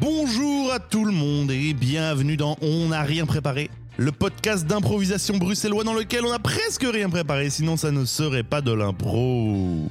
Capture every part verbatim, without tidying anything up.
Bonjour à tout le monde et bienvenue dans On n'a rien préparé, le podcast d'improvisation bruxellois dans lequel on a presque rien préparé, sinon ça ne serait pas de l'impro.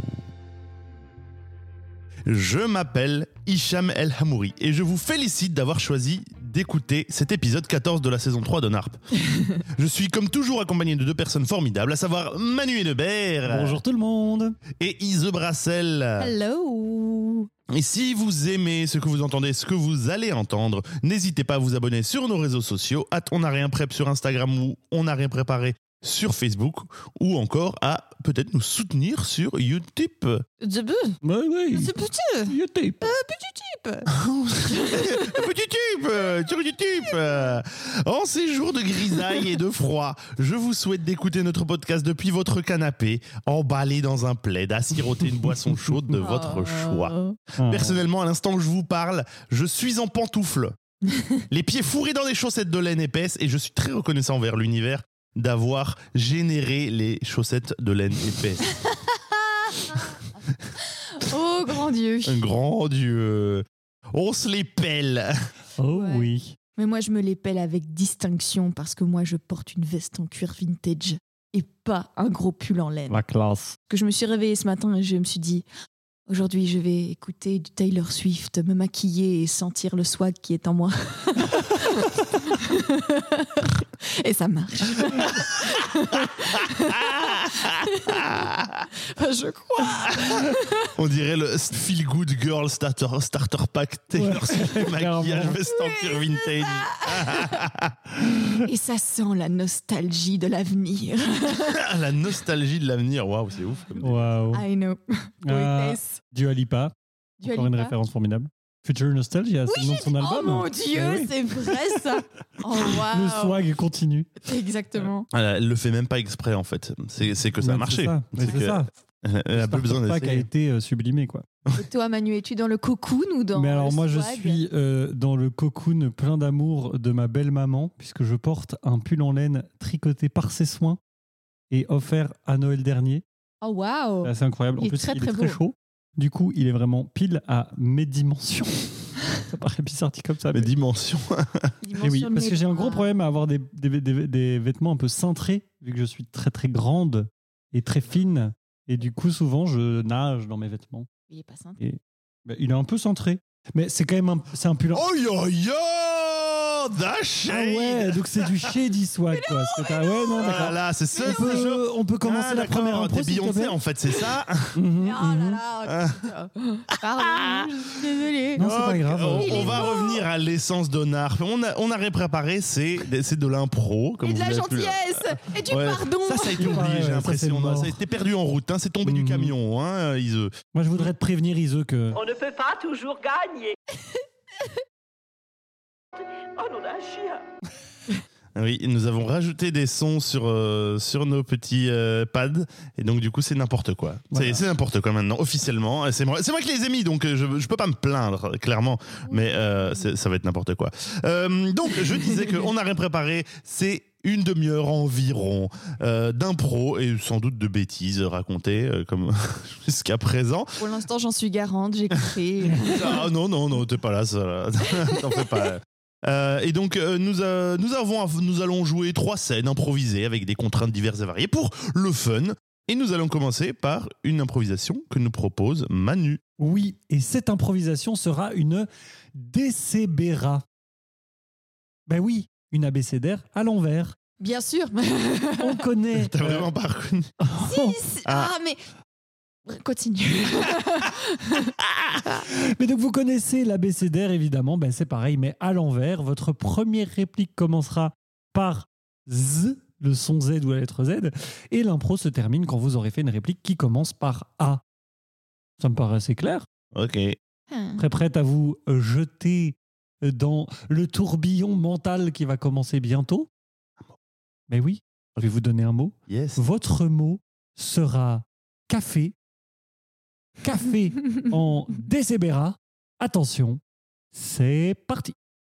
Je m'appelle Hicham El Hamouri et je vous félicite d'avoir choisi d'écouter cet épisode quatorze de la saison trois de Narp. Je suis comme toujours accompagné de deux personnes formidables, à savoir Manu Hennebert. Bonjour tout le monde. Et Ise Brassel. Hello. Et si vous aimez ce que vous entendez, ce que vous allez entendre, n'hésitez pas à vous abonner sur nos réseaux sociaux, at On n'a rien prep sur Instagram ou On n'a rien préparé sur Facebook, ou encore à peut-être nous soutenir sur Utip. The buzz. Oui, oui. C'est petit. Utip. Petit type. Utip, sur Utip. En ces jours de grisaille et de froid, je vous souhaite d'écouter notre podcast depuis votre canapé, emballé dans un plaid, à siroter une boisson chaude de votre choix. Oh. Personnellement, à l'instant que je vous parle, je suis en pantoufles, les pieds fourrés dans des chaussettes de laine épaisse, et je suis très reconnaissant envers l'univers d'avoir généré les chaussettes de laine épaisse. Oh grand Dieu. Un grand Dieu. On se les pèle. Oh Ouais. oui. Mais moi je me les pèle avec distinction parce que moi je porte une veste en cuir vintage et pas un gros pull en laine. La classe. Que je me suis réveillée ce matin et je me suis dit aujourd'hui je vais écouter du Taylor Swift, me maquiller et sentir le swag qui est en moi. Et ça marche. Je crois. On dirait le Feel Good Girl Starter, starter Pack Taylor Ouais, Swift maquillage clairement. veste en cuir vintage. Et ça sent la nostalgie de l'avenir. La nostalgie de l'avenir. Waouh, c'est ouf. Comme Waouh. I know. Ah, Poétesse. Dua Lipa. Dua Encore une Lipa. référence formidable. Future Nostalgia, c'est le nom de son Oh album. mon Dieu, Eh oui. c'est vrai ça. Oh waouh. Le swag continue. Exactement. Ah, elle le fait même pas exprès en fait. C'est, c'est que ça a Ouais, marché. C'est ça. Ouais, C'est c'est que- ça. Elle a plus besoin Starter Pack a d'essayer. été euh, sublimé, quoi. Et toi Manu, es-tu dans le cocoon ou dans Mais alors le moi je swag? suis euh, dans le cocoon plein d'amour de ma belle maman puisque je porte un pull en laine tricoté par ses soins et offert à Noël dernier. Oh waouh. C'est assez incroyable. Il En est plus très, il très est très beau. chaud. Du coup il est vraiment pile à mes dimensions. Ça paraît bizarre dit comme ça. Mais Mais... dimension. Eh oui, parce que j'ai un gros problème à avoir des, des, des- des vêtements un peu cintrés vu que je suis très très grande et très fine et du coup souvent je nage dans mes vêtements. Il est pas simple. Et ben, il est un peu cintré. Mais c'est quand même un, c'est un pull en... Oh yo yo! The Ah shade! ouais, donc c'est du shady swag quoi. Parce que t'as- ouais, non, Ah d'accord. là, c'est ça, On ce jeu. peut, on peut commencer Ah, la d'accord, première impro, t'es s'il te Beyoncé plaît. en fait, c'est ça? Mhm, Oh là mhm. là. putain. Pardon, je suis désolée. Non, c'est pas Ok, grave. On, Il on est va beau. revenir à l'essence de Narp. On a, on a réparé, c'est, c'est de l'impro. Comme Et de vous la l'avez pu le- gentillesse et du Ouais. pardon. Ça, ça a été Ouais, oublié, ouais, j'ai ça, l'impression. c'est mort. Ça a été perdu en route. Hein. C'est tombé du Mhm. camion, hein, Ise. Moi, je voudrais te prévenir, Ise, que On ne peut pas toujours gagner. Oh, on a un chien. Oui, nous avons rajouté des sons sur, euh, sur nos petits euh, pads. Et donc, du coup, c'est n'importe quoi. Voilà. C'est, c'est n'importe quoi maintenant, officiellement. C'est moi, c'est moi qui les ai mis, donc euh, je ne peux pas me plaindre, clairement. Mais euh, c'est- ça va être n'importe quoi. Euh, donc, je disais qu'on n'a rien préparé. C'est une demi-heure environ euh, d'impro et sans doute de bêtises racontées, euh, comme jusqu'à présent. Pour l'instant, j'en suis garante, j'ai compris. Ah non, non, non, t'es pas là, ça. T'en fais pas. Euh, et donc, euh, nous, euh, nous, avons, nous allons jouer trois scènes improvisées avec des contraintes diverses et variées pour le fun. Et nous allons commencer par une improvisation que nous propose Manu. oui, et cette improvisation sera une décébéra. Ben oui, une abécédaire à l'envers. Bien sûr. On connaît. T'as euh, vraiment pas reconnu. Si, Ah. ah mais continue. Mais donc vous connaissez l'abécédaire évidemment, ben c'est pareil, mais à l'envers. Votre première réplique commencera par Z, le son Z ou la lettre Z, et l'impro se termine quand vous aurez fait une réplique qui commence par A. Ça me paraît assez clair. Ok. Très prête à vous jeter dans le tourbillon mental qui va commencer bientôt. Mais oui, je vais vous donner un mot. Yes. Votre mot sera café. Café en décébéra. Attention, c'est parti.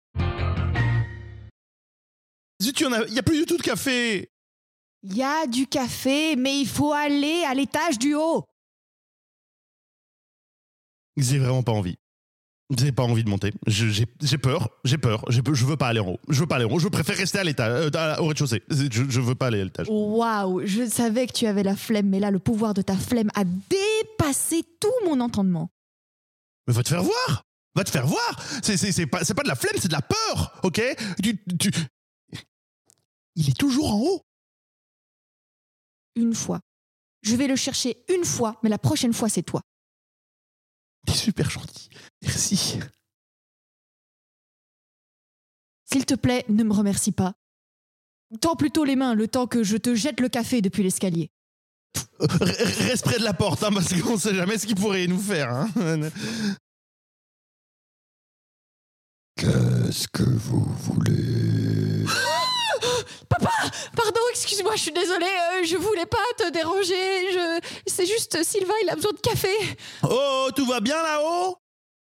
Zut, il n'y a, a plus du tout de café. Il y a du café, mais il faut aller à l'étage du haut. J'ai vraiment pas envie. J'ai pas envie de monter. Je- J'ai j'ai peur. J'ai peur. J'ai peur. Je veux pas aller en haut. Je veux pas aller en haut. Je préfère rester à l'étage, euh, au rez-de-chaussée. Je, je veux pas aller à l'étage. Waouh, je savais que tu avais la flemme, mais là, le pouvoir de ta flemme a dépassé tout mon entendement. Mais va te faire voir. Va te faire voir. C'est c'est c'est pas c'est pas de la flemme, c'est de la peur. Ok. Tu, tu... Il est toujours en haut. Une fois. Je vais le chercher une fois, mais la prochaine fois, c'est toi. T'es super gentil. Merci. S'il te plaît, ne me remercie pas. Tends plutôt les mains le temps que je te jette le café depuis l'escalier. Euh, r- Reste près de la porte, hein, parce qu'on sait jamais ce qu'il pourrait nous faire. Hein. Qu'est-ce que vous voulez? Papa, pardon, excuse-moi, je suis désolée, euh, je voulais pas te déranger. Je... C'est juste Sylvain, il a besoin de café. Oh, tout va bien là-haut?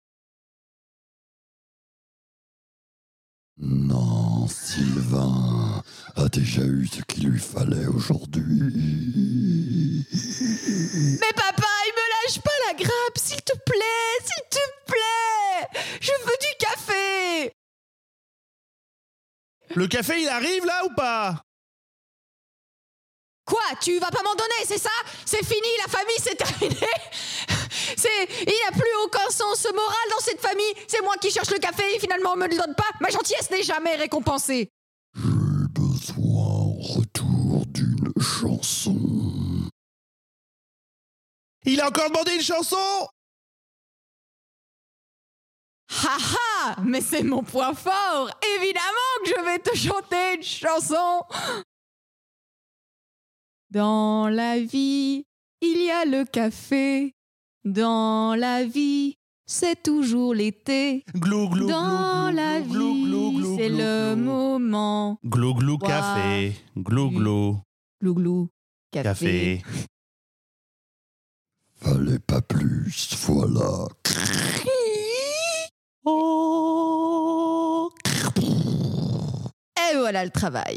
Non, Sylvain a déjà eu ce qu'il lui fallait aujourd'hui. Mais papa, il me lâche pas la grappe, s'il te plaît, s'il te plaît. Je veux du café. Le café, il arrive là ou pas? Quoi, tu vas pas m'en donner, c'est ça? C'est fini, la famille, c'est terminé. C'est... Il n'y a plus aucun sens moral dans cette famille. C'est moi qui cherche le café et finalement on me le donne pas. Ma gentillesse n'est jamais récompensée. J'ai besoin en retour d'une chanson. Il a encore demandé une chanson? Ha ha, mais c'est mon point fort. Évidemment que je vais te chanter une chanson. Dans la vie, il y a le café. Dans la vie, c'est toujours l'été. Glou, glou, Dans glou, la glou, vie, glou, glou, c'est glou, le glou. moment. Glou, glou, Boire café. Glou, du glou, Glou-glou, café. café. Fallait pas plus, voilà. Oh. Et voilà le travail.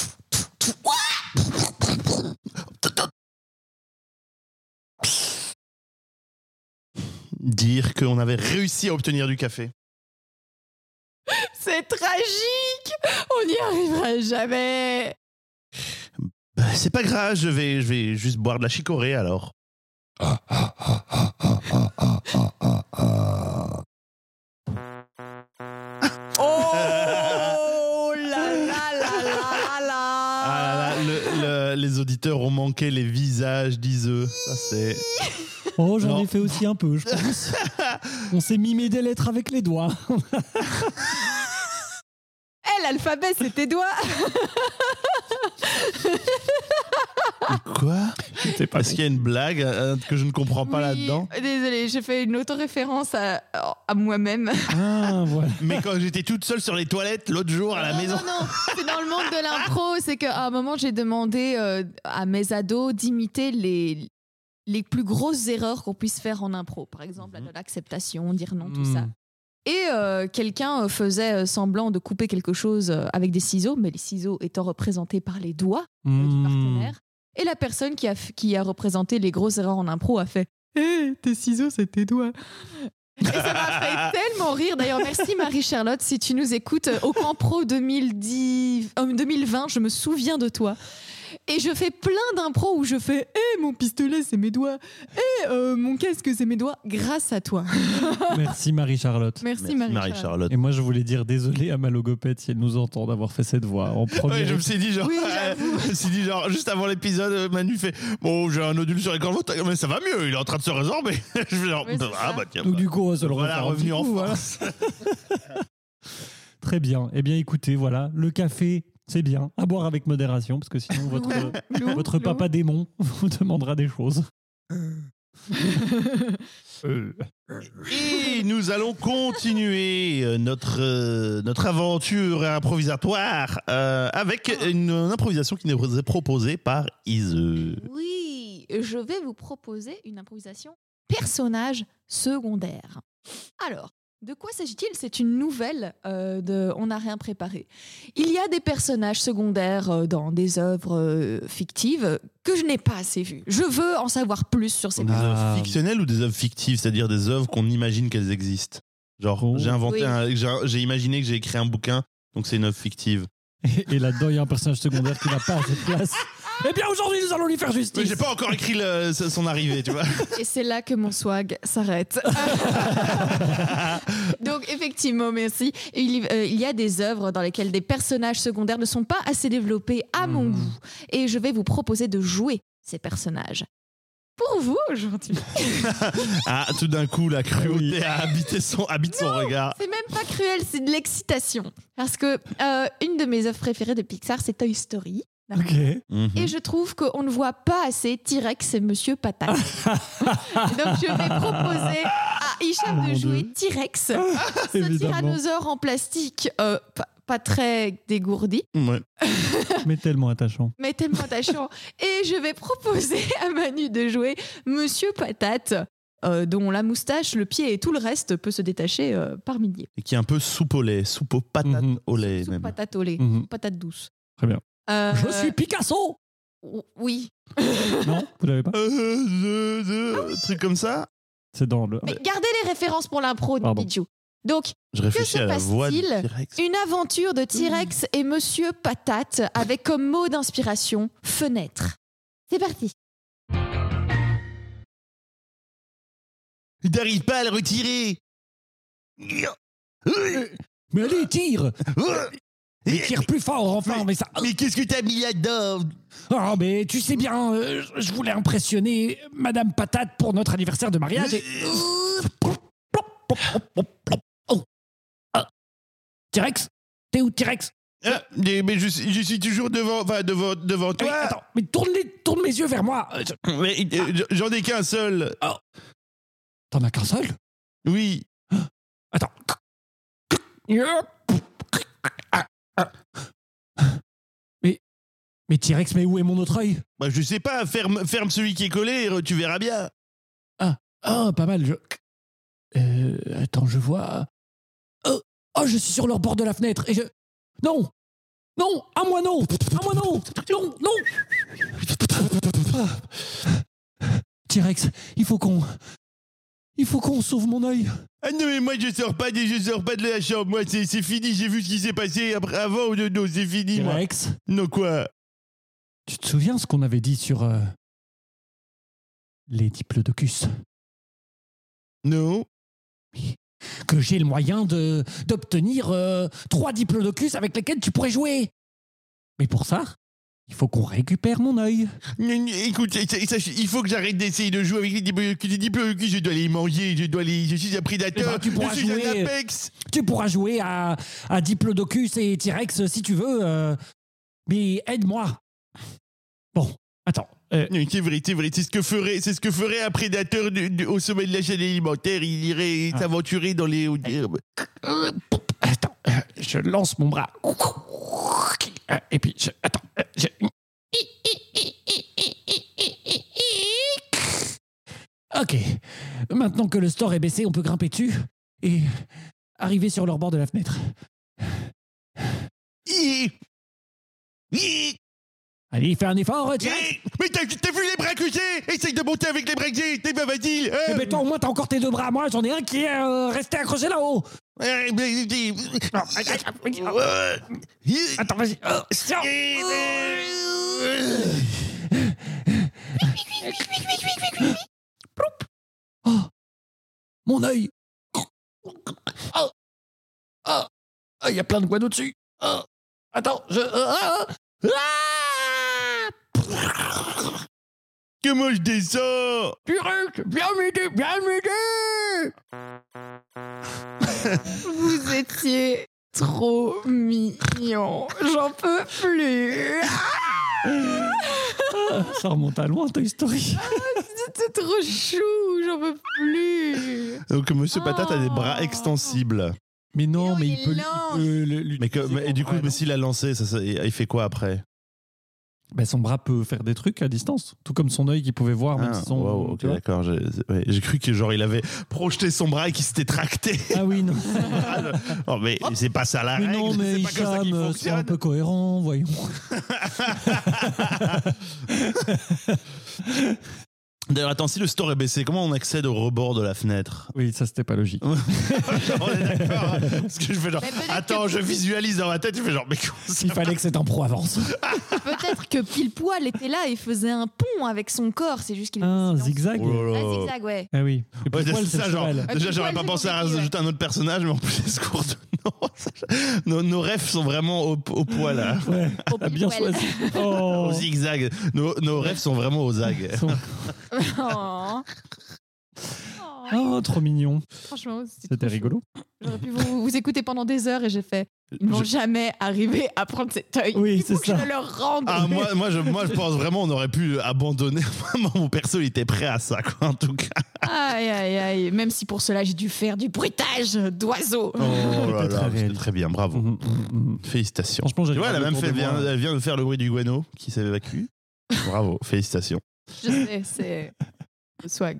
Dire qu'on avait réussi à obtenir du café. C'est tragique. On n'y arrivera jamais. Bah, c'est pas grave, je vais, je vais juste boire de la chicorée alors. Ah, ah, ah, ah, ah, ah, ah, ah, ah, ah. Oh là là là là là. Ah là là, le- le- les auditeurs ont manqué les visages d'Iseux. Ça c'est. Oh, j'en Non. ai fait aussi un peu, je pense. On s'est mimé des lettres avec les doigts. Eh, l'alphabet, c'est tes doigts. Quoi? C'est pas Est-ce qu'il y a une blague euh, que je ne comprends pas Oui, là-dedans? Désolée, j'ai fait une autoréférence à, à moi-même. Ah, voilà. Mais quand j'étais toute seule sur les toilettes l'autre jour à la non, maison. non, non, c'est dans le monde de l'impro. C'est qu'à un moment, j'ai demandé euh, à mes ados d'imiter les, les plus grosses erreurs qu'on puisse faire en impro. Par exemple, la non-acceptation, dire non, tout Mm. ça. Et euh, quelqu'un euh, faisait euh, semblant de couper quelque chose euh, avec des ciseaux, mais les ciseaux étant représentés par les doigts euh, du Mm. partenaire. Et la personne qui a, f- qui a représenté les grosses erreurs en impro a fait « Hé, tes ciseaux, c'est tes doigts !» Et ça m'a fait tellement rire. D'ailleurs, merci Marie-Charlotte, si tu nous écoutes au Camp Pro deux mille dix, euh, deux mille vingt, je me souviens de toi. Et je fais plein d'impros où je fais « Hé, mon pistolet, c'est mes doigts !»« Hé, euh, mon casque, c'est mes doigts !» grâce à toi. Merci Marie-Charlotte. Merci, Merci Marie-Charlotte. Marie-Charlotte. Et moi, je voulais dire désolé à ma logopède si elle nous entend d'avoir fait cette voix en premier. Ouais, je me suis dit genre, Oui, euh, j'avoue. je me suis dit genre juste avant l'épisode, euh, Manu fait bon, j'ai un nodule sur les cornes, mais ça va mieux, il est en train de se résorber. Je fais genre, Oui, c'est ah ça. bah tiens, Donc bah, du coup, on va se le voilà refaire un revenu petit en coup, voilà. force. Très bien. Eh bien, écoutez, voilà, le café, c'est bien. À boire avec modération, parce que sinon, votre, Glou, votre glou. papa démon vous demandera des choses. Et nous allons continuer euh, notre, euh, notre aventure improvisatoire euh, avec une, une improvisation qui nous est proposée par Iseux. Oui, je vais vous proposer une improvisation personnage secondaire. Alors, de quoi s'agit-il? C'est une nouvelle euh, de On n'a rien préparé. Il y a des personnages secondaires euh, dans des œuvres euh, fictives que je n'ai pas assez vues. Je veux en savoir plus sur ces Des personnages. Ah. œuvres fictionnelles ou des œuvres fictives, c'est-à-dire des œuvres qu'on imagine qu'elles existent? Genre, Oh. j'ai inventé Oui. un, j'ai, j'ai imaginé que j'ai écrit un bouquin, donc c'est une œuvre fictive. Et, et là-dedans, il y a un personnage secondaire qui n'a pas assez de place. Eh bien, aujourd'hui, nous allons lui faire Mais justice. j'ai pas encore écrit le- son arrivée, tu vois. Et c'est là que mon swag s'arrête. Donc effectivement, merci. Il, euh, il y a des œuvres dans lesquelles des personnages secondaires ne sont pas assez développés à mon Mhm. goût. Et je vais vous proposer de jouer ces personnages. Pour vous aujourd'hui. Ah, tout d'un coup, la cruauté Oui. a habité son, habite son regard. C'est même pas cruel, c'est de l'excitation. Parce que euh, une de mes œuvres préférées de Pixar, c'est Toy Story. Ok. Mhm. Et je trouve qu'on ne voit pas assez T-Rex et Monsieur Patate. Donc je vais proposer à Hicham Oh de mon jouer Dieu. T-Rex, ce Évidemment. tyrannosaure en plastique euh, pas, pas très dégourdi, Ouais. Mais tellement attachant. mais tellement attachant. Et je vais proposer à Manu de jouer Monsieur Patate, euh, dont la moustache, le pied et tout le reste peut se détacher euh, par milliers. Et qui est un peu soupe au lait, soupe aux patates Mhm. au lait Sous même. patate au lait, Mhm. patate douce. Très bien. Euh, Je suis Picasso. Oui. Non, vous l'avez pas. Euh, euh, euh, truc comme ça. C'est dans le. Mais gardez les références pour l'impro, Pardon. Bidjou. Donc, Je réfléchis se à la voix de passe-t-il T-Rex. une aventure de T-Rex et Monsieur Patate avec comme mot d'inspiration fenêtre. C'est parti. Il n'arrive pas à le retirer. Mais allez, tire. Mais tire plus fort, enfin. Mais ça. Mais qu'est-ce que t'as mis là-dedans? Ah, mais tu sais bien, euh, je voulais impressionner Madame Patate pour notre anniversaire de mariage. Et... Oh. Ah. T-Rex, t'es où, T-Rex? Ah, mais mais je, suis- je suis toujours devant, enfin, devant, devant Oui, toi. attends, mais tourne, les, tourne mes yeux vers moi. Euh, je- Mais, euh, j'en ai qu'un seul. T'en as qu'un seul? Oui. Attends. Mais, mais T-Rex, mais où est mon autre œil? Bah, je sais pas, ferme, ferme celui qui est collé, tu verras bien. Ah, pas mal. Je... Euh, attends, je vois. Oh, oh, je suis sur le bord de la fenêtre et je. Non! Non! À moi non! À moi non! Non! Non! T-Rex, il faut qu'on. Il faut qu'on sauve mon œil. Ah non, mais moi je sors pas, de- je sors pas de la chambre. Moi c'est c'est fini, j'ai vu ce qui s'est passé après, avant ou de non, c'est fini. Moi. T-Rex, Non, quoi? tu te souviens ce qu'on avait dit sur. euh, les diplodocus? Non. Que j'ai le moyen de d'obtenir euh, trois diplodocus avec lesquels tu pourrais jouer. Mais pour ça, il faut qu'on récupère mon œil. Écoute, ça- ça- il faut que j'arrête d'essayer de jouer avec les diplodocus. Les diplodocus, je dois les manger, je dois les. Je suis un prédateur, Eh ben, tu pourras je suis jouer- un apex. Tu pourras jouer à, à Diplodocus et T-Rex si tu veux. euh, mais aide-moi. Bon, attends. euh, Oui, c'est vrai, c'est vrai, c'est ce que ferait, c'est ce que ferait un prédateur du- du- au sommet de la chaîne alimentaire. Il irait Ah. s'aventurer dans les. attends, euh, je lance mon bras. Euh, Et puis, je, attends. euh, je- Ok. Maintenant que le store est baissé, on peut grimper dessus et arriver sur leur bord de la fenêtre. Hi. Hi. Allez, fais un effort, T-Rex. Hi. Mais t'as t'as vu les bras que j'ai? Essaye de monter avec les bras que j'ai. T'es pas facile. hein. Eh ben toi, au moins, t'as encore tes deux bras. Moi, j'en ai un qui est euh, resté accroché là-haut. Ouais, mais- Non, Hi. attends, vas-y. Oh, tiens. Oh, mon œil. Oh, oh, il y a plein de guano dessus. Oh, attends, je. Ah, ah, Comment je descends? T-Rex, viens m'aider, viens m'aider. Vous étiez trop mignon. J'en peux plus. Ah, ça remonte à loin, Toy Story. C'était trop chou. J'en peux plus. Donc Monsieur Patate a des bras Oh. extensibles. Mais non, Mais mais non, il il peut. il lance. peut le- l'utiliser Mais que, mais- et du coup, pour- mais s'il a lancé, ça, ça- il fait quoi après? Ben, son bras peut faire des trucs à distance, tout comme son œil qui pouvait voir même Ah, son. wow, ok, tu vois. d'accord. J'ai ouais, j'ai cru que genre il avait projeté son bras et qu'il s'était tracté. Ah oui, non. Oh, mais c'est pas ça la Mais règle. non, mais c'est pas comme ça qu'il Hicham, sois un fonctionne. peu cohérent, voyons. D'ailleurs, attends, si le store est baissé, comment on accède au rebord de la fenêtre? Oui, ça c'était pas logique. On est d'accord. Hein. Parce que je fais genre, Mais peut-être attends, que- je visualise dans ma tête, tu fais genre, mais comment ça Il fallait que cet impro avance. Peut-être que pile poil était là et faisait un pont avec son corps. C'est juste qu'il était Un silencieux. zigzag. Oh là là. Un zigzag, ouais. Ah oui. Et Ouais, puis, poil, c'est c'est ça, le genre, cheval. Ah, déjà, puis j'aurais poil, pas c'est pensé à compliqué, ouais. rajouter un autre personnage, mais en plus, c'est court de... non, ça- nos, nos rêves sont vraiment au, au poil, là. Ouais, Au ah, bien pile poil. choisi. Oh. Au zigzag. Nos, nos rêves sont vraiment au zag. Son- Oh. Oh, Oh, trop mignon. franchement, c'était C'était trop rigolo. chou. J'aurais pu vous, vous écouter pendant des heures et j'ai fait. Ils n'ont Je- jamais arrivé à prendre cet œil. Oui, Il faut c'est que ça. je leur rende. Ah, moi, moi, je, moi, je pense vraiment on aurait pu abandonner. Vraiment, mon perso, il était prêt à ça, quoi, en tout cas. Aïe, aïe, aïe. Même si pour cela, j'ai dû faire du bruitage d'oiseaux. Oh là C'était très là, c'était réaliste. très bien, bravo. Mhm, mhm, mhm. Félicitations. Franchement, j'ai Tu vois, elle a regardé même autour fait, de moi. vient, elle vient de faire le bruit du guano qui s'évacue. Bravo, félicitations. Je sais, c'est le swag.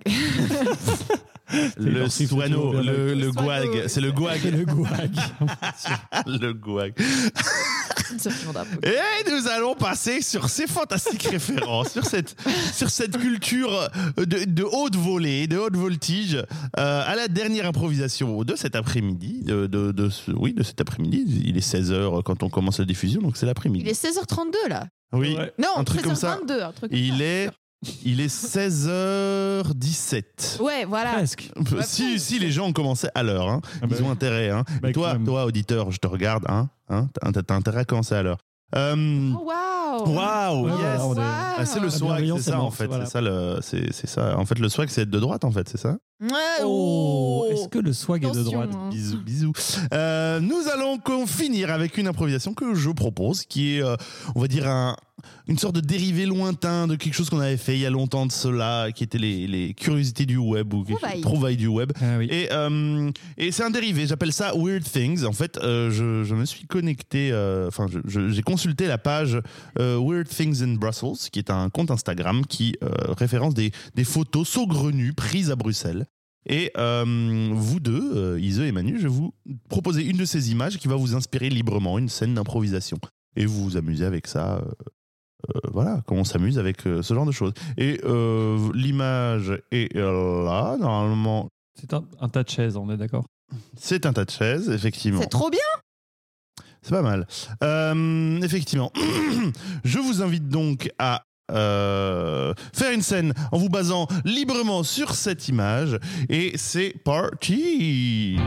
Le leur siffle suano, toujours bien le, avec. le Le guag, suano. c'est le guag. Le gouag. Le guag. Sophie Mondap. Et nous allons passer sur ces fantastiques références, sur cette, sur cette culture de, de haute volée, de haute voltige, euh, à la dernière improvisation de cet après-midi. De, de, de ce- oui, de cet après-midi. Il est seize heures quand on commence la diffusion, donc c'est Il l'après-midi. est seize heures trente-deux là. Oui, Ouais. Non, Un truc comme ça. treize heures vingt-deux. Un truc comme il ça. est, il est seize heures dix-sept. Ouais, voilà. Presque. Si, si les gens ont commencé à l'heure, hein, Ah bah ils ont oui. intérêt. Hein. Bah, Et toi, quand même. toi, auditeur, je te regarde, hein, hein, t'as, t'as intérêt à commencer à l'heure. Euh, Oh, waouh. Waouh, Ouais, yes. voilà, on est- Ah, c'est le La swag, bienveillance c'est est ça en morte, fait, voilà. c'est ça le, c'est, c'est ça. En fait, le swag, c'est être de droite en fait, c'est ça. Ouais, Oh, oh. est-ce que le swag est de Attention, droite? hein. Bisous, bisous. Euh, nous allons con- finir avec une improvisation que je propose, qui est, euh, on va dire un, une sorte de dérivé lointain de quelque chose qu'on avait fait il y a longtemps de cela, qui était les, les curiosités du web ou quelque chose- Trouvailles. trouvailles du web. Ah oui. Et, euh, et c'est un dérivé, j'appelle ça Weird Things. En fait, euh, je, je me suis connecté, euh, enfin, je- je- j'ai consulté la page euh, Weird Things in Brussels, qui est un compte Instagram qui euh, référence des, des photos saugrenues prises à Bruxelles. Et euh, vous deux, euh, Ise et Manu, je vais vous proposer une de ces images qui va vous inspirer librement, une scène d'improvisation. Et vous vous amusez avec ça. euh, euh, voilà, comment on s'amuse avec euh, ce genre de choses. Et euh, l'image est là, normalement. C'est un, un tas de chaises, on est d'accord. C'est un tas de chaises, effectivement. C'est trop bien. C'est pas mal. Euh, effectivement. Je vous invite donc à euh, faire une scène en vous basant librement sur cette image. Et c'est parti.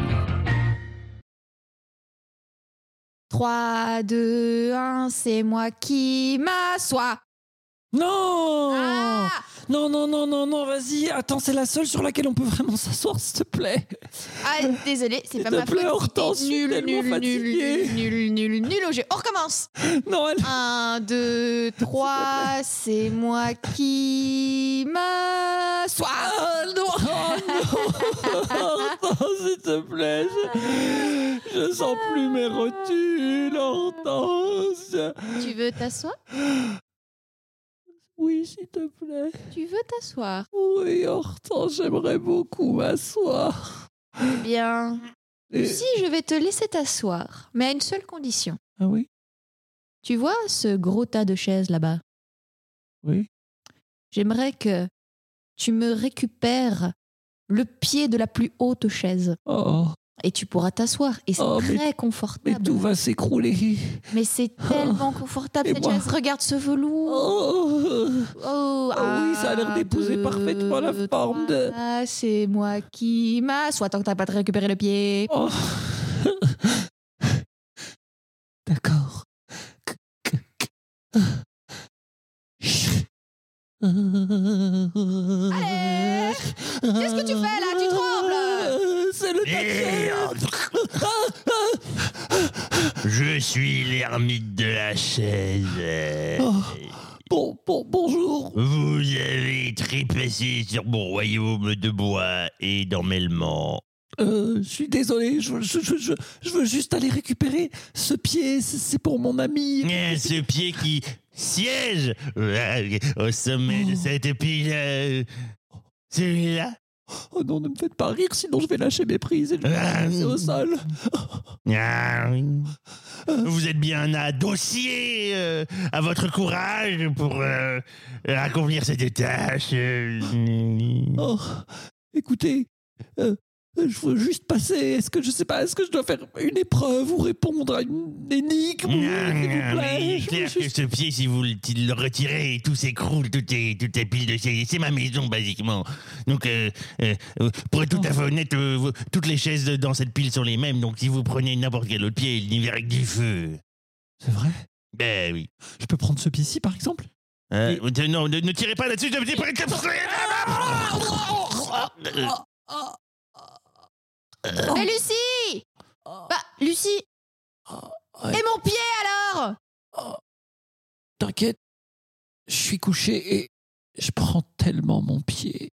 trois, deux, un, c'est moi qui m'assois. Non Ah Non, non, non, non, non, vas-y. Attends, c'est la seule sur laquelle on peut vraiment s'asseoir, s'il te plaît. Ah, désolé, c'est S'il pas te ma plaît, faute. Hortense, je C'était suis nul, tellement nul, fatigué. nul, nul, nul, nul au jeu. On recommence. Non, elle... un, deux, trois, c'est moi qui m'assois. Ah, non, oh, non, Hortense, s'il te plaît. Je, je sens plus mes rotules, Hortense. Tu veux t'asseoir? Oui, s'il te plaît. Tu veux t'asseoir? Oui, Hortense, j'aimerais beaucoup m'asseoir. Eh bien, Et- si je vais te laisser t'asseoir, mais à une seule condition. Ah oui? Tu vois ce gros tas de chaises là-bas? Oui. J'aimerais que tu me récupères le pied de la plus haute chaise. Oh, Et tu pourras t'asseoir. Et c'est Oh, mais- très mais confortable. tout va s'écrouler. Mais c'est tellement confortable Et cette moi- chaise. Regarde ce velours. Oh, Oh, Ah oui, ça a l'air un, d'épouser deux, parfaitement la forme de- trois, c'est moi qui m'assois tant que t'as pas de récupérer le pied. oh. D'accord. Allez, qu'est-ce que tu fais là? Tu trembles? C'est le Merde. Je suis l'ermite de la chaise. Oh. Bon, bon, bonjour. Vous avez trépassé sur mon royaume de bois et d'emmêlement. Euh, je suis désolé, je, je, je, je, je veux juste aller récupérer ce pied, c'est c'est pour mon ami. Ah, ce pied qui siège euh, au sommet de cette pile. Celui-là. Oh non, ne me faites pas rire, sinon je vais lâcher mes prises et je vais Ah. me laisser au sol. Ah, oui. Vous êtes bien un dossier euh, à votre courage pour euh, accomplir cette tâche. euh. Oh, écoutez, euh, je veux juste passer. Est-ce que je sais pas, est-ce que je dois faire une épreuve ou répondre à une énigme, s'il vous plaît? Mais il est Je veux clair juste- que ce pied, si vous le, si le retirez, tout s'écroule, tout est, tout est pile de chaises. C'est ma maison, basiquement. Donc, euh, euh, pour être tout à fait honnête, euh, vous- toutes les chaises dans cette pile sont les mêmes. Donc, si vous prenez n'importe quel autre pied, il n'y verra que du feu. C'est vrai? Ben oui. Je peux prendre ce pied-ci, par exemple? Euh, euh, non, ne, ne tirez pas là-dessus. Ne tirez pas. Mais Lucie Bah, Lucie Ouais. Et mon pied alors T'inquiète, je suis couché et je prends tellement mon pied.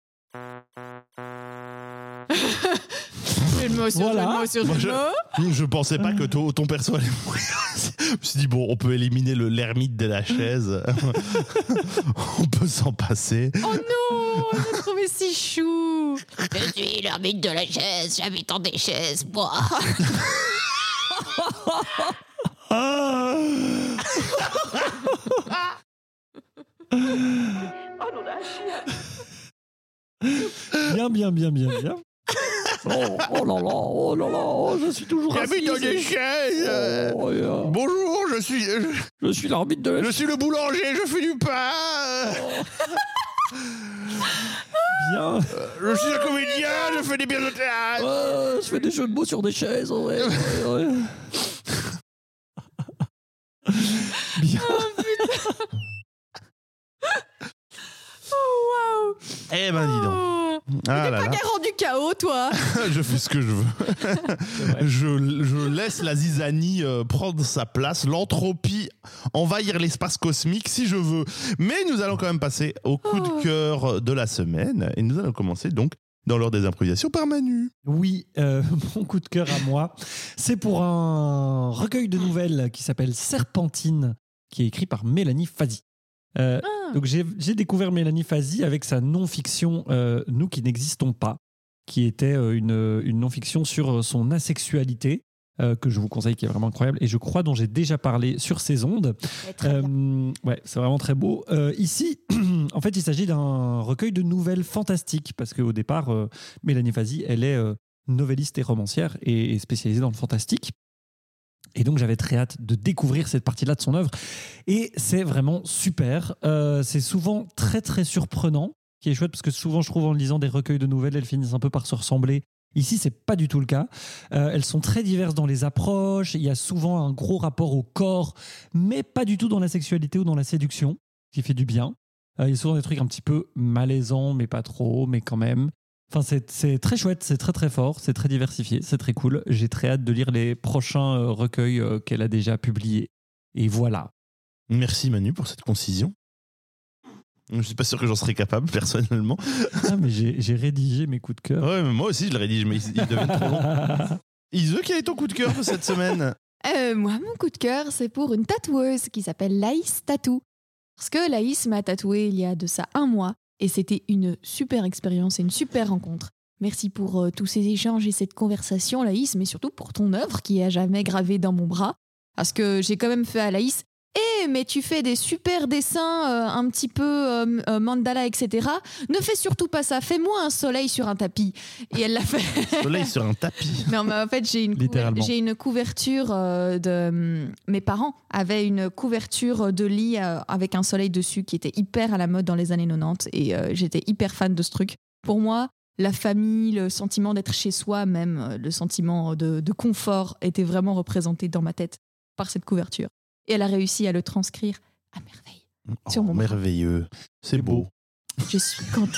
Jeu de mots sur Voilà. jeu de mots sur Moi, jeu de mots. Je pensais pas que ton, ton perso allait mourir. Je me suis dit, bon, on peut éliminer le l'ermite de la chaise. On peut s'en passer. Oh non, j'ai trouvé si chou. Je suis l'ermite de la chaise, j'habite en des chaises, moi. Ah Oh non, un chien. Bien, bien, bien, bien, bien. Oh, oh là là, oh là là, oh, je suis toujours assis. J'habite dans des chaises. euh, Oh, yeah. Bonjour, je suis, je, Je suis l'arbitre de la je suis le boulanger, je fais du pain. bien. Je suis un comédien, je fais des pièces de théâtre. Euh, je fais des jeux de mots sur des chaises. Ouais, ouais, ouais. Bien. Oh waouh. Eh ben, dis donc. Oh. Ah T'es là pas là. garant du chaos, toi. Je fais ce que je veux. je, je laisse la zizanie euh, prendre sa place, l'entropie envahir l'espace cosmique si je veux. Mais nous allons quand même passer au coup de cœur de la semaine. Et nous allons commencer donc dans l'ordre des improvisations par Manu. Oui, euh, mon coup de cœur à moi, c'est pour un recueil de nouvelles qui s'appelle Serpentine, qui est écrit par Mélanie Fazi. Euh, Ah. Donc j'ai j'ai découvert Mélanie Fazi avec sa non-fiction euh, Nous qui n'existons pas, qui était euh, une, une non-fiction sur son asexualité, euh, que je vous conseille, qui est vraiment incroyable, et je crois dont j'ai déjà parlé sur ces ondes. Très bien. Euh, ouais, c'est vraiment très beau. Euh, ici, en fait, il s'agit d'un recueil de nouvelles fantastiques, parce qu'au départ, euh, Mélanie Fazi, elle est euh, novelliste et romancière et, et spécialisée dans le fantastique. Et donc, j'avais très hâte de découvrir cette partie-là de son œuvre. Et c'est vraiment super. Euh, c'est souvent très, très surprenant, qui est chouette, parce que souvent, je trouve, en lisant des recueils de nouvelles, elles finissent un peu par se ressembler. Ici, c'est pas du tout le cas. Euh, elles sont très diverses dans les approches. Il y a souvent un gros rapport au corps, mais pas du tout dans la sexualité ou dans la séduction, ce qui fait du bien. Euh, il y a souvent des trucs un petit peu malaisants, mais pas trop, mais quand même. Enfin, c'est, c'est très chouette, c'est très très fort, c'est très diversifié, c'est très cool. J'ai très hâte de lire les prochains euh, recueils euh, qu'elle a déjà publiés. Et voilà. Merci Manu pour cette concision. Je suis pas sûr que j'en serais capable personnellement. Ah, mais j'ai, j'ai rédigé mes coups de cœur. Ouais, mais moi aussi je le rédige, mais ils, ils deviennent trop longs. Ise, quel est ton coup de cœur de cette semaine? Euh, moi, mon coup de cœur, c'est pour une tatoueuse qui s'appelle Laïs Tatou. Parce que Laïs m'a tatoué il y a de ça un mois. Et c'était une super expérience et une super rencontre. Merci pour euh, tous ces échanges et cette conversation, Laïs, mais surtout pour ton œuvre qui est à jamais gravée dans mon bras. Parce que j'ai quand même fait à Laïs « Eh, mais tu fais des super dessins, euh, un petit peu euh, euh, mandala, et cetera. Ne fais surtout pas ça, fais-moi un soleil sur un tapis. » Et elle l'a fait. Soleil sur un tapis. Non, mais en fait, j'ai une, couver- Littéralement. j'ai une couverture euh, de. hum, Mes parents avaient une couverture de lit euh, avec un soleil dessus qui était hyper à la mode dans les années quatre-vingt-dix et euh, j'étais hyper fan de ce truc. Pour moi, la famille, le sentiment d'être chez soi, même euh, le sentiment de, de confort était vraiment représenté dans ma tête par cette couverture. Et elle a réussi à le transcrire à merveille. Sur Oh, mon bras. merveilleux. C'est beau. Je suis contente.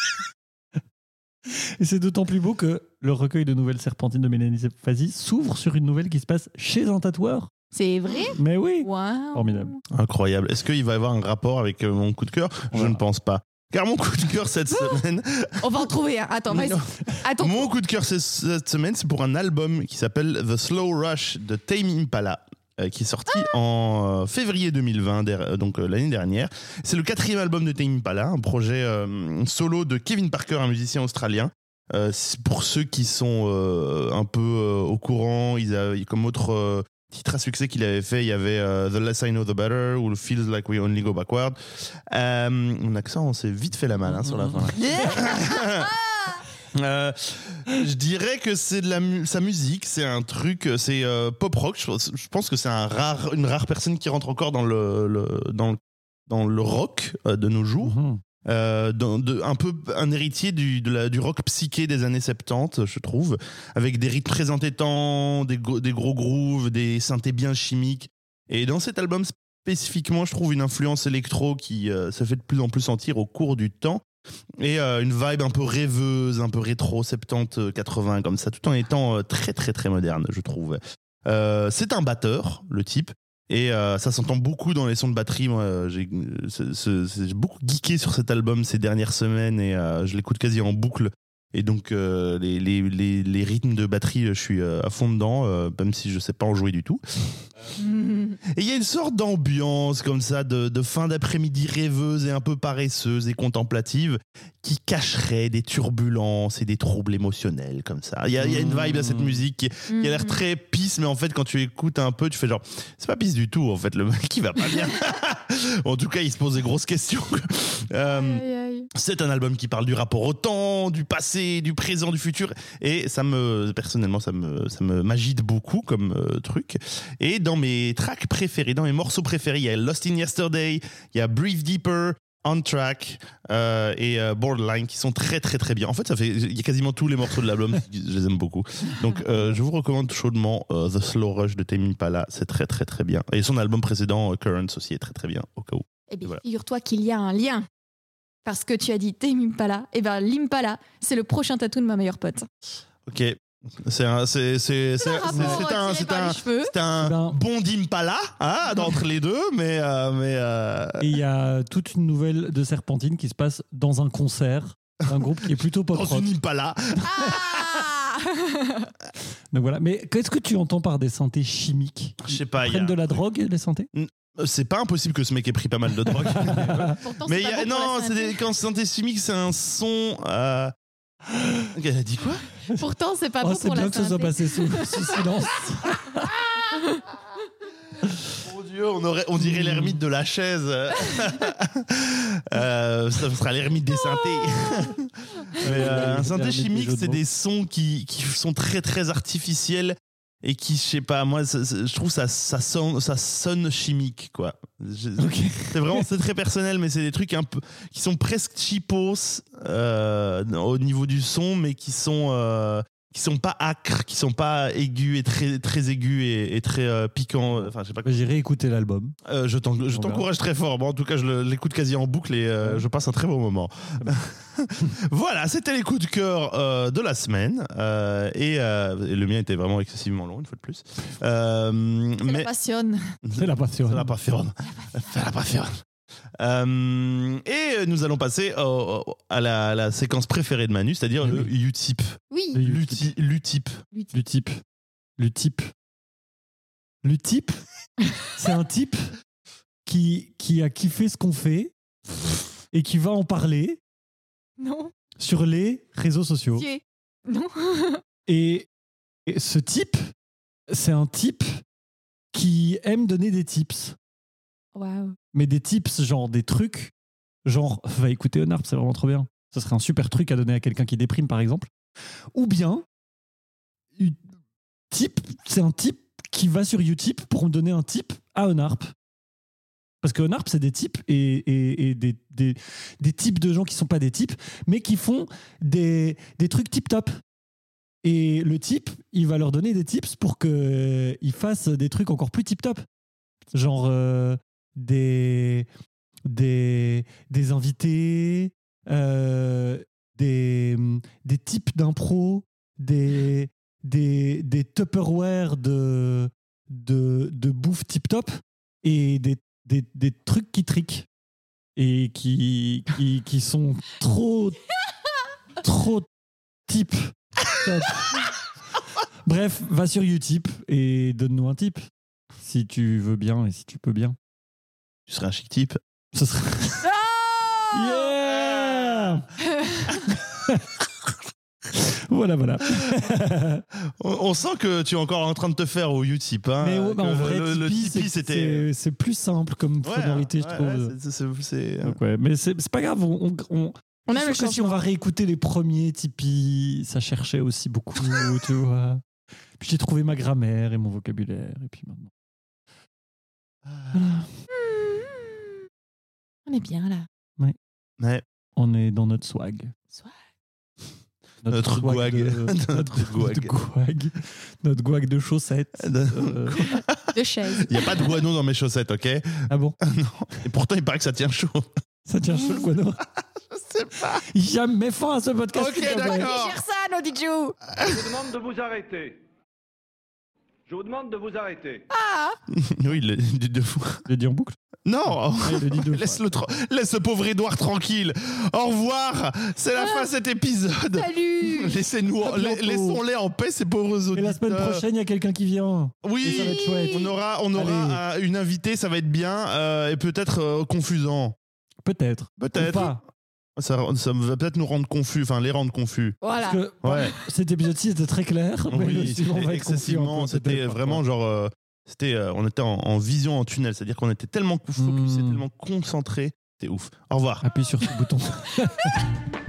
Et c'est d'autant plus beau que le recueil de nouvelles Serpentines de Mélanie Fazi s'ouvre sur une nouvelle qui se passe chez un tatoueur. C'est vrai? Mais oui. Waouh! Formidable. Incroyable. Est-ce qu'il va y avoir un rapport avec euh, mon coup de cœur? Je Voilà. ne pense pas. Car mon coup de cœur cette semaine, On va en trouver un. Attends, vas-y. Non. Attends. mon coup de cœur cette- cette semaine, c'est pour un album qui s'appelle The Slow Rush de Tame Impala, euh, qui est sorti en euh, février deux mille vingt, der- euh, donc euh, l'année dernière. C'est le quatrième album de Tame Impala, un projet euh, solo de Kevin Parker, un musicien australien. Euh, c'est pour ceux qui sont euh, un peu euh, au courant, ils a, comme autre euh, titres à succès qu'il avait fait, il y avait euh, The Less I Know The Better ou Feels Like We Only Go Backward. Euh, mon accent, on s'est vite fait la malle hein, sur la fin. Euh, je dirais que c'est de la mu- sa musique, c'est un truc, c'est euh, pop rock. Je, je pense que c'est un rare, une rare personne qui rentre encore dans le, le dans le, dans le rock euh, de nos jours. Mhm. Euh, dans- de- un peu un héritier du, de la- du rock psyché des années soixante-dix, je trouve, avec des rythmes très entêtants, des, go- des gros grooves, des synthés bien chimiques. Et dans cet album spécifiquement, je trouve une influence électro qui euh, se fait de plus en plus sentir au cours du temps. Et euh, une vibe un peu rêveuse, un peu rétro, soixante-dix quatre-vingts comme ça, tout en étant euh, très très très moderne, je trouve. Euh, c'est un batteur, le type. Et euh, ça s'entend beaucoup dans les sons de batterie. Moi, j'ai, c'est, c'est, c'est- j'ai beaucoup geeké sur cet album ces dernières semaines et euh, je l'écoute quasi en boucle. Et donc, euh, les, les, les, les rythmes de batterie, je suis euh, à fond dedans, euh, même si je sais pas en jouer du tout. Et il y a une sorte d'ambiance comme ça, de, de fin d'après-midi rêveuse et un peu paresseuse et contemplative qui cacherait des turbulences et des troubles émotionnels comme ça. Il y a, il y a une vibe à cette musique qui, qui a l'air très pisse, mais en fait, quand tu écoutes un peu, tu fais genre, c'est pas pisse du tout, en fait, le mec, il va pas bien. En tout cas, il se pose des grosses questions. Euh, Aïe, aïe. c'est un album qui parle du rapport au temps, du passé, du présent, du futur. Et ça me, personnellement, ça me, ça me m'agite beaucoup comme euh, truc. Et dans mes tracks préférés, dans mes morceaux préférés, il y a Lost in Yesterday, il y a Breathe Deeper, On Track euh, et euh, Borderline qui sont très très très bien. En fait, ça fait, il y a quasiment tous les morceaux de l'album, je les aime beaucoup. Donc, euh, je vous recommande chaudement euh, The Slow Rush de Tame Impala, c'est très très très bien. Et son album précédent, euh, Currents aussi, est très très bien au cas où. Eh bien, Voilà. figure-toi qu'il y a un lien. Parce que tu as dit Tame Impala. Et bien, l'Impala, c'est le prochain tatou de ma meilleure pote. Ok. C'est un, c'est, c'est, c'est, Le c'est, rapport c'est un, tiré c'est par un, les cheveux. c'est un Ben- bon d'Impala, hein, d'entre les deux, mais, euh, mais euh, Et il y a toute une nouvelle de Serpentine qui se passe dans un concert d'un groupe qui est plutôt pop dans rock. une Impala. Ah Donc voilà. Mais qu'est-ce que tu entends par des synthés chimiques? Je sais pas, Ils il y a- prennent de la drogue, les synthés? c'est pas impossible que ce mec ait pris pas mal de drogue. Pourtant, mais c'est il y pas a- bon pour non, la c'est santé. des, quand synthé chimique, c'est un son. Euh... Ok, elle a dit quoi? Pourtant, c'est pas Oh, bon c'est pour la bien que ce soit santé. passé sous, sous silence. Mon Dieu, on, aurait, on dirait l'ermite de la chaise. Euh, ça sera l'ermite des synthés. Mais, euh, un synthé L'ermite des chimique, jeux de c'est mots. des sons qui, qui sont très très artificiels et qui, je sais pas, moi, ça- ça- je trouve ça, ça, sonne, ça sonne chimique, quoi. Je- Ok. C'est vraiment, c'est très personnel, mais c'est des trucs un peu, qui sont presque cheapos euh, au niveau du son, mais qui sont, euh, qui sont pas acres, qui sont pas aigus et très, très aigus et, et très euh, piquants. Enfin, je sais pas. J'irai écouter l'album. Euh, je t'en- je On verra. t'encourage très fort. Bon, en tout cas, je le- l'écoute quasi en boucle et euh, je passe un très bon moment. Voilà, c'était les coups de cœur euh, de la semaine. Euh, et, euh, et le mien était vraiment excessivement long, une fois de plus. Euh, Ça la mais passionne. C'est la passion. ça n'a pas fait. Ça n'a pas fait. Euh, et nous allons passer au- au- à, la, à la séquence préférée de Manu, c'est-à-dire Oui. le Utip. Oui. L'Utip. L'Utip. L'Utip. L'Utip. L'Utip, c'est un type qui, qui a kiffé ce qu'on fait et qui va en parler Non. sur les réseaux sociaux. Tiens. Non. Et, et ce type, c'est un type qui aime donner des tips. Waouh. Mais des tips, genre des trucs, genre va écouter Onarp, c'est vraiment trop bien. Ce serait un super truc à donner à quelqu'un qui déprime, par exemple. Ou bien, une- type, c'est un type qui va sur Utip pour me donner un tip à Onarp. Parce que Onarp, c'est des types et, et, et des, des, des types de gens qui sont pas des types, mais qui font des, des trucs tip-top. Et le type, il va leur donner des tips pour qu'ils fassent des trucs encore plus tip-top. Genre euh, des, des, des invités, euh, des, des types d'impro, des, des, des Tupperware de, de, de bouffe tip-top et des, des, des trucs qui triquent et qui, qui, qui sont trop, trop type. Top. Bref, va sur Utip et donne-nous un tip. Si tu veux bien et si tu peux bien. Tu serais un chic type. Ce serait. Ah Yeah Voilà, voilà. On, on sent que tu es encore en train de te faire au Utip. Hein, Mais ouais, bah, que en vrai, le, le Tipeee, Tipeee, c'est- c'était. c'est c'est plus simple comme Ouais, sonorité, je ouais, trouve. ouais, c'est- c'est- c'est- Donc, ouais, mais c'est c'est pas grave. On, on, On je a suis le sûr que si on va réécouter les premiers Tipeee, ça cherchait aussi beaucoup, tu vois. Puis j'ai trouvé ma grammaire et mon vocabulaire. Et puis maintenant. Voilà. On est bien là. Ouais. On est dans notre swag. Swag. Notre swag gouag. de- Notre notre gouag. gouag. Notre gouag de chaussettes. Euh, De chaises. Il n'y a pas de guano dans mes chaussettes, ok? Et ah bon, pourtant, il paraît que ça tient chaud. ça tient chaud le guano. Je sais pas. Jamais fin à ce podcast. Ok, s'il te plaît. d'accord. Gère ça, Nodijou. Je vous demande de vous arrêter. Je vous demande de vous arrêter. Ah. Oui, il l'a dit deux fois. Je l'ai dit en boucle. Non! Ah, il l'a dit deux Laisse, fois. le tra- Laisse ce pauvre Édouard tranquille. Au revoir. C'est la fin de cet épisode. Salut. Laissez-nous, À la- bientôt. laissons-les en paix, ces pauvres auditeurs. Et la semaine prochaine, il y a quelqu'un qui vient. Oui, Et ça va être chouette. on aura, on aura Allez. euh, une invitée, ça va être bien euh, et peut-être euh, confusant. Peut-être. Peut-être. Ou pas. Ça, ça va peut-être nous rendre confus, enfin les rendre confus. Voilà. Parce que Ouais. cet épisode-ci était très clair. mais le Oui, suivant va c'était être confus un excessivement. peu, C'était peut-être, vraiment parfois. genre. euh, c'était, euh, on était en, en vision en tunnel, c'est-à-dire qu'on était tellement focusé, Hmm. tellement concentré. C'était ouf. Au revoir. Appuie sur ce bouton.